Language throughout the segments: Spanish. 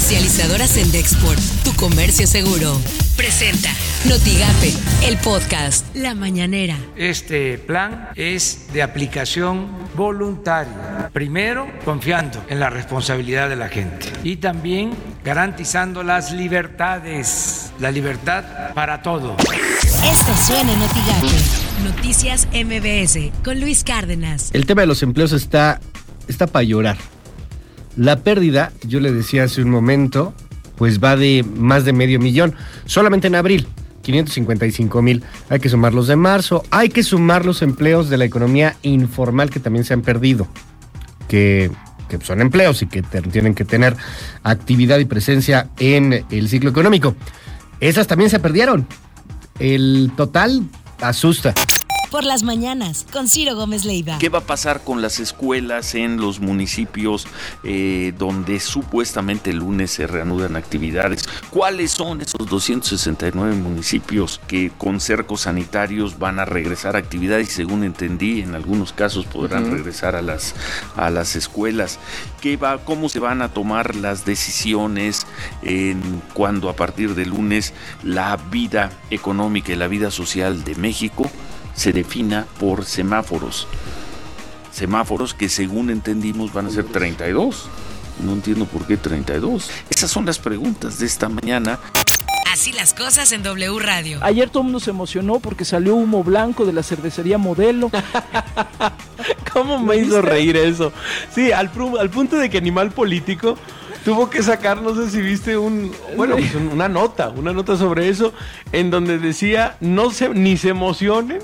Comercializadora Sendexport, tu comercio seguro. Presenta Notigape, el podcast La Mañanera. Este plan es de aplicación voluntaria. Primero, confiando en la responsabilidad de la gente y también garantizando las libertades, la libertad para todo. Esto suena en Notigape. Noticias MBS con Luis Cárdenas. El tema de los empleos está para llorar. La pérdida, yo le decía hace un momento, pues va de más de 500,000. Solamente en abril, 555,000. Hay que sumar los de marzo. Hay que sumar los empleos de la economía informal que también se han perdido. Que son empleos y que tienen que tener actividad y presencia en el ciclo económico. Esas también se perdieron. El total asusta. Por las mañanas, con Ciro Gómez Leiva. ¿Qué va a pasar con las escuelas en los municipios donde supuestamente el lunes se reanudan actividades? ¿Cuáles son esos 269 municipios que con cercos sanitarios van a regresar a actividades y, según entendí, en algunos casos podrán regresar a las escuelas? ¿Cómo se van a tomar las decisiones cuando a partir de lunes la vida económica y la vida social de México se defina por semáforos que, según entendimos, van a ser 32? No entiendo por qué 32. Esas son las preguntas de esta mañana. Así las cosas en W Radio. Ayer todo el mundo se emocionó porque salió humo blanco de la cervecería Modelo. ¿Cómo me hizo reír eso? Sí, al punto de que Animal Político tuvo que sacar, no sé si viste una nota sobre eso, en donde decía, ni se emocionen,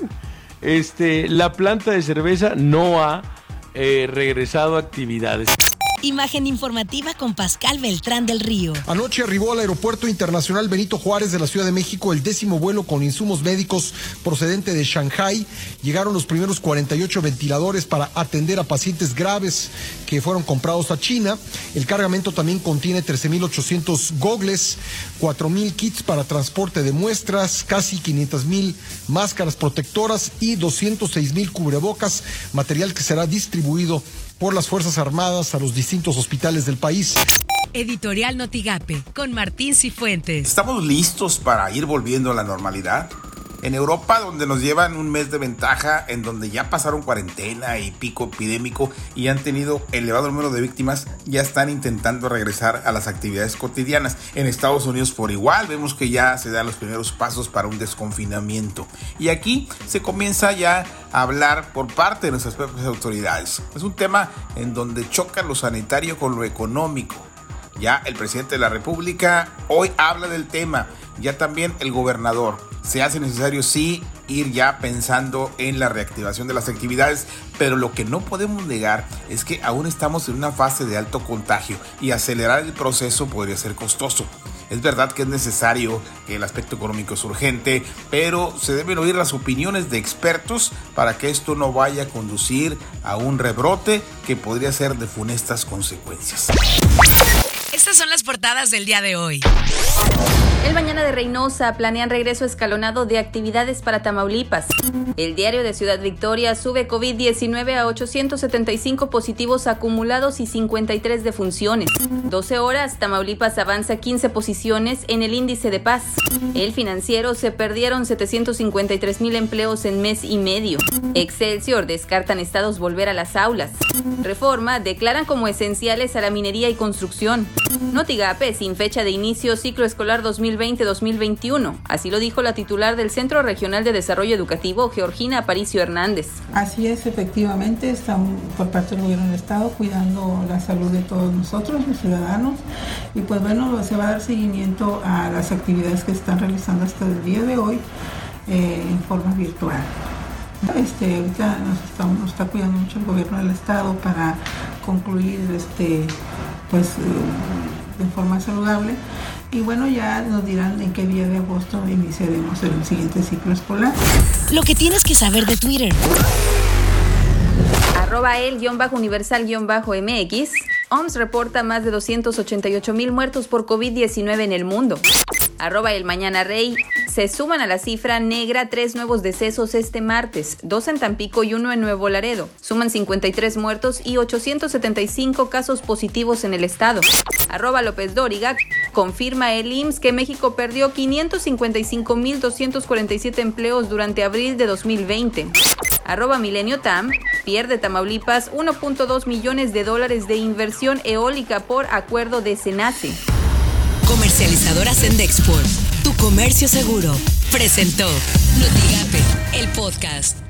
la planta de cerveza no ha regresado a actividades. Imagen informativa con Pascal Beltrán del Río. Anoche arribó al Aeropuerto Internacional Benito Juárez de la Ciudad de México el 10º vuelo con insumos médicos procedente de Shanghái. Llegaron los primeros 48 ventiladores para atender a pacientes graves que fueron comprados a China. El cargamento también contiene 13,800 gogles, 4,000 kits para transporte de muestras, casi 500,000 máscaras protectoras y 206,000 cubrebocas, material que será distribuido por las Fuerzas Armadas a los distintos hospitales del país. Editorial Notigape, con Martín Cifuentes. ¿Estamos listos para ir volviendo a la normalidad? En Europa, donde nos llevan un mes de ventaja, en donde ya pasaron cuarentena y pico epidémico y han tenido elevado número de víctimas, ya están intentando regresar a las actividades cotidianas. En Estados Unidos por igual, vemos que ya se dan los primeros pasos para un desconfinamiento. Y aquí se comienza ya a hablar por parte de nuestras propias autoridades. Es un tema en donde choca lo sanitario con lo económico. Ya el presidente de la República hoy habla del tema, ya también el gobernador. Se hace necesario sí ir ya pensando en la reactivación de las actividades, pero lo que no podemos negar es que aún estamos en una fase de alto contagio y acelerar el proceso podría ser costoso. Es verdad que es necesario, que el aspecto económico es urgente, pero se deben oír las opiniones de expertos para que esto no vaya a conducir a un rebrote que podría ser de funestas consecuencias. Estas son las portadas del día de hoy. El Mañana de Reynosa planean regreso escalonado de actividades para Tamaulipas. El Diario de Ciudad Victoria sube COVID-19 a 875 positivos acumulados y 53 defunciones. 12 horas, Tamaulipas avanza 15 posiciones en el índice de paz. El Financiero, se perdieron 753,000 empleos en mes y medio. Excelsior, descartan estados volver a las aulas. Reforma, declaran como esenciales a la minería y construcción. Notigape, sin fecha de inicio ciclo escolar 2020-2021. Así lo dijo la titular del Centro Regional de Desarrollo Educativo, Georgina Aparicio Hernández. Así es, efectivamente, estamos por parte del gobierno del estado cuidando la salud de todos nosotros, los ciudadanos, y pues bueno, se va a dar seguimiento a las actividades que se están realizando hasta el día de hoy en forma virtual. Ahorita nos está cuidando mucho el gobierno del estado para concluir de forma saludable, y bueno, ya nos dirán en qué día de agosto iniciaremos el siguiente ciclo escolar. Lo que tienes que saber de Twitter. @el_universal_MX. OMS reporta más de 288,000 muertos por COVID-19 en el mundo. @elmañanarey. Se suman a la cifra negra 3 nuevos decesos este martes, 2 en Tampico y 1 en Nuevo Laredo. Suman 53 muertos y 875 casos positivos en el estado. @López Dóriga, confirma el IMSS que México perdió 555,247 empleos durante abril de 2020. @MilenioTam, pierde Tamaulipas $1.2 millones de inversión eólica por acuerdo de SENACE. Comercializadora Sendexport, tu comercio seguro, presentó Notigape, el podcast.